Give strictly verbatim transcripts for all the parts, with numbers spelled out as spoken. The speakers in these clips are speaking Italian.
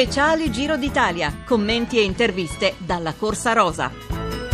Speciale Giro d'Italia, commenti e interviste dalla Corsa Rosa.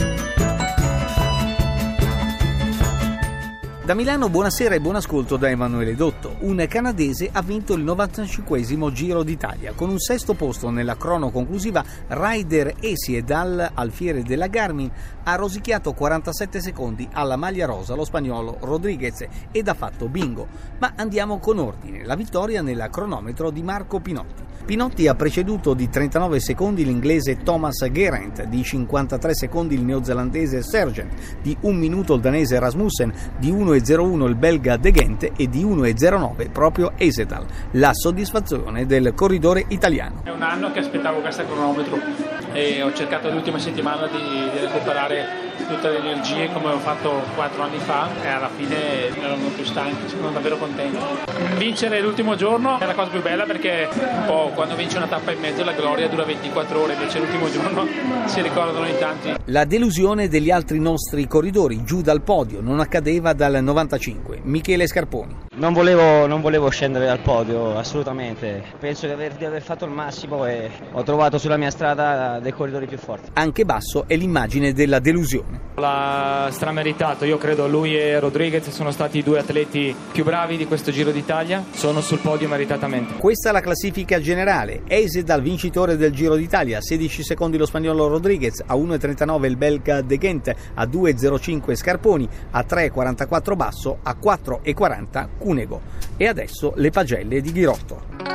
Da Milano buonasera e buon ascolto da Emanuele Dotto. Un canadese ha vinto il novantacinquesimo Giro d'Italia. Con un sesto posto nella crono conclusiva, Ryder Hesiedal, alfiere della Garmin, ha rosicchiato quarantasette secondi alla maglia rosa lo spagnolo Rodriguez ed ha fatto bingo. Ma andiamo con ordine. La vittoria nella cronometro di Marco Pinotti. Pinotti ha preceduto di trentanove secondi l'inglese Thomas Geraint, di cinquantatré secondi il neozelandese Sargent, di un minuto il danese Rasmussen, di uno e zero uno il belga De Gent e di uno e zero nove proprio Hesiedal. La soddisfazione del corridore italiano. È un anno che aspettavo questa cronometro e ho cercato l'ultima settimana di, di recuperare tutte le energie come ho fatto quattro anni fa e alla fine erano più stanchi, sono davvero contento. Vincere l'ultimo giorno è la cosa più bella perché un po' quando vince una tappa in mezzo la gloria dura ventiquattro ore, invece l'ultimo giorno si ricordano in tanti. La delusione degli altri nostri corridori giù dal podio non accadeva dal novantacinque. Michele Scarponi. Non volevo, non volevo scendere dal podio, assolutamente. Penso di aver, di aver fatto il massimo e ho trovato sulla mia strada dei corridori più forti. Anche basso è l'immagine della delusione. L'ha strameritato, io credo lui e Rodriguez sono stati i due atleti più bravi di questo Giro d'Italia, sono sul podio meritatamente. Questa è la classifica generale. Hesiedal vincitore del Giro d'Italia, sedici secondi lo spagnolo Rodriguez, a uno e trentanove il belga De Gent, a due e zero cinque Scarponi, a tre e quarantaquattro Basso, a quattro e quaranta Cunego. E adesso le pagelle di Ghirotto. Vado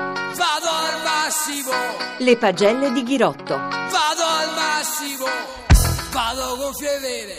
al massimo. Le pagelle di Ghirotto. Vado al massimo. Vado con fedele.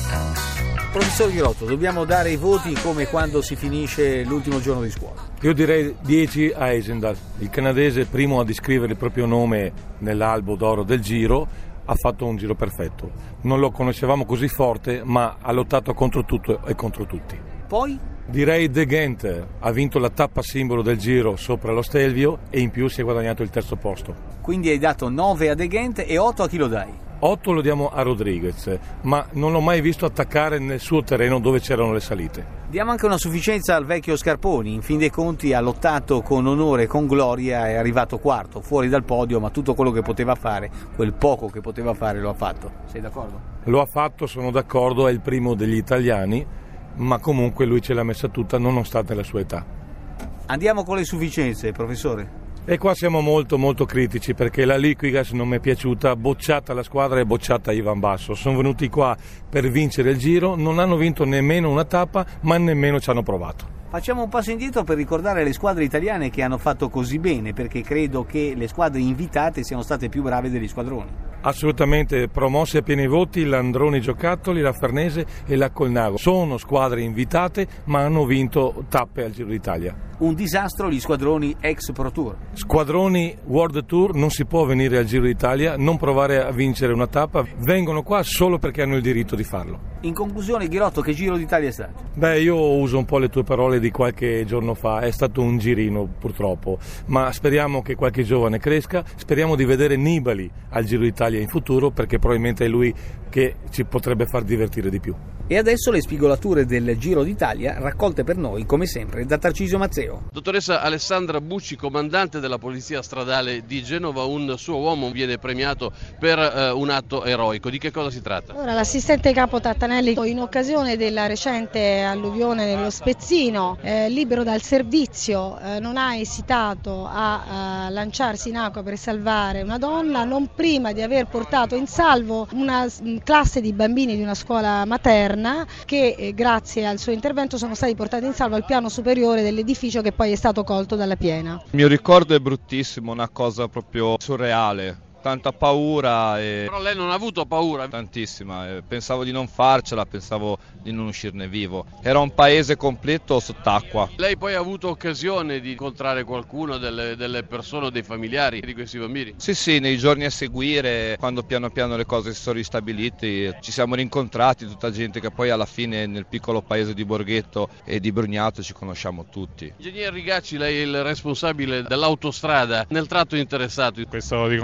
Professor Ghirotto, dobbiamo dare i voti come quando si finisce l'ultimo giorno di scuola. Io direi dieci a Hesiedal, il canadese primo a descrivere il proprio nome nell'albo d'oro del Giro, ha fatto un giro perfetto. Non lo conoscevamo così forte, ma ha lottato contro tutto e contro tutti. Poi? Direi De Gent ha vinto la tappa simbolo del Giro sopra lo Stelvio e in più si è guadagnato il terzo posto. Quindi hai dato nove a De Gent e otto a chi lo dai? otto lo diamo a Rodriguez, ma non l'ho mai visto attaccare nel suo terreno dove c'erano le salite. Diamo anche una sufficienza al vecchio Scarponi, in fin dei conti ha lottato con onore e con gloria, è arrivato quarto, fuori dal podio, ma tutto quello che poteva fare, quel poco che poteva fare lo ha fatto. Sei d'accordo? Lo ha fatto, sono d'accordo, è il primo degli italiani, ma comunque lui ce l'ha messa tutta nonostante la sua età. Andiamo con le sufficienze, professore. E qua siamo molto molto critici perché la Liquigas non mi è piaciuta, bocciata la squadra e bocciata Ivan Basso. Sono venuti qua per vincere il Giro, non hanno vinto nemmeno una tappa, ma nemmeno ci hanno provato. Facciamo un passo indietro per ricordare le squadre italiane che hanno fatto così bene, perché credo che le squadre invitate siano state più brave degli squadroni. Assolutamente, promosse a pieni voti l'Androni Giocattoli, la Farnese e la Colnago. Sono squadre invitate ma hanno vinto tappe al Giro d'Italia. Un disastro gli squadroni ex Pro Tour. Squadroni World Tour, non si può venire al Giro d'Italia, non provare a vincere una tappa, vengono qua solo perché hanno il diritto di farlo. In conclusione, Ghirotto, che Giro d'Italia è stato? Beh, io uso un po' le tue parole di qualche giorno fa, è stato un girino purtroppo, ma speriamo che qualche giovane cresca, speriamo di vedere Nibali al Giro d'Italia in futuro perché probabilmente è lui che ci potrebbe far divertire di più. E adesso le spigolature del Giro d'Italia raccolte per noi come sempre da Tarcisio Mazzeo. Dottoressa Alessandra Bucci, comandante della Polizia Stradale di Genova, un suo uomo viene premiato per eh, un atto eroico. Di che cosa si tratta? Ora, l'assistente capo Tattanelli, in occasione della recente alluvione nello Spezzino, eh, libero dal servizio, eh, non ha esitato a, a lanciarsi in acqua per salvare una donna, non prima di aver portato in salvo una classe di bambini di una scuola materna che eh, grazie al suo intervento sono stati portati in salvo al piano superiore dell'edificio che poi è stato colto dalla piena. Il mio ricordo è bruttissimo, una cosa proprio surreale. Tanta paura e... Però lei non ha avuto paura? Tantissima, pensavo di non farcela, pensavo di non uscirne vivo. Era un paese completo sott'acqua. Lei poi ha avuto occasione di incontrare qualcuno, delle, delle persone o dei familiari di questi bambini? Sì, sì, nei giorni a seguire, quando piano piano le cose si sono ristabilite, ci siamo rincontrati, tutta gente che poi alla fine nel piccolo paese di Borghetto e di Brugnato ci conosciamo tutti. Ingegner Rigacci, lei è il responsabile dell'autostrada nel tratto interessato. Questo riconoscimento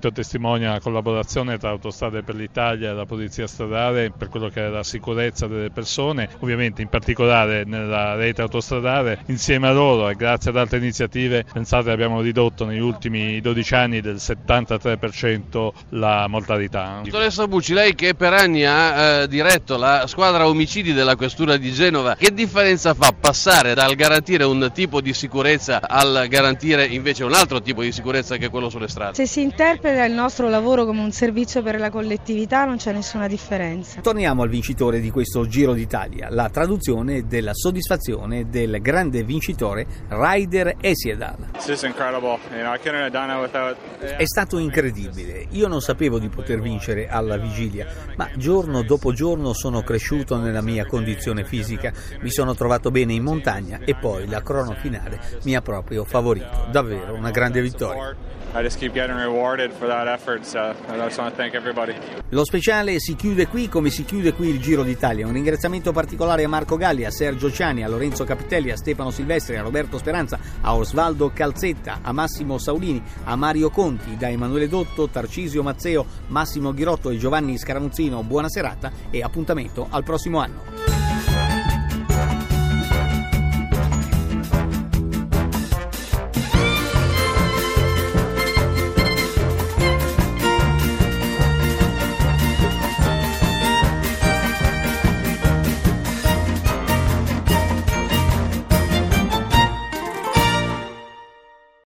l'evento testimonia la collaborazione tra Autostrade per l'Italia e la Polizia Stradale per quello che è la sicurezza delle persone, ovviamente in particolare nella rete autostradale. Insieme a loro e grazie ad altre iniziative, pensate, abbiamo ridotto negli ultimi dodici anni del settantatré per cento la mortalità. Dottoressa Bucci, lei che per anni ha eh, diretto la squadra omicidi della Questura di Genova, che differenza fa passare dal garantire un tipo di sicurezza al garantire invece un altro tipo di sicurezza che è quello sulle strade? Se si interpreta il nostro lavoro come un servizio per la collettività non c'è nessuna differenza. Torniamo al vincitore di questo Giro d'Italia, la traduzione della soddisfazione del grande vincitore Ryder Hesiedal. È stato incredibile, io non sapevo di poter vincere alla vigilia, ma giorno dopo giorno sono cresciuto nella mia condizione fisica, mi sono trovato bene in montagna e poi la crono finale mi ha proprio favorito, davvero una grande vittoria. Lo speciale si chiude qui come si chiude qui il Giro d'Italia. Un ringraziamento particolare a Marco Galli, a Sergio Ciani, a Lorenzo Capitelli, a Stefano Silvestri, a Roberto Speranza, a Osvaldo Calzetta, a Massimo Saulini, a Mario Conti, da Emanuele Dotto, Tarcisio Mazzeo, Massimo Ghirotto e Giovanni Scaramuzzino. Buona serata e appuntamento al prossimo anno.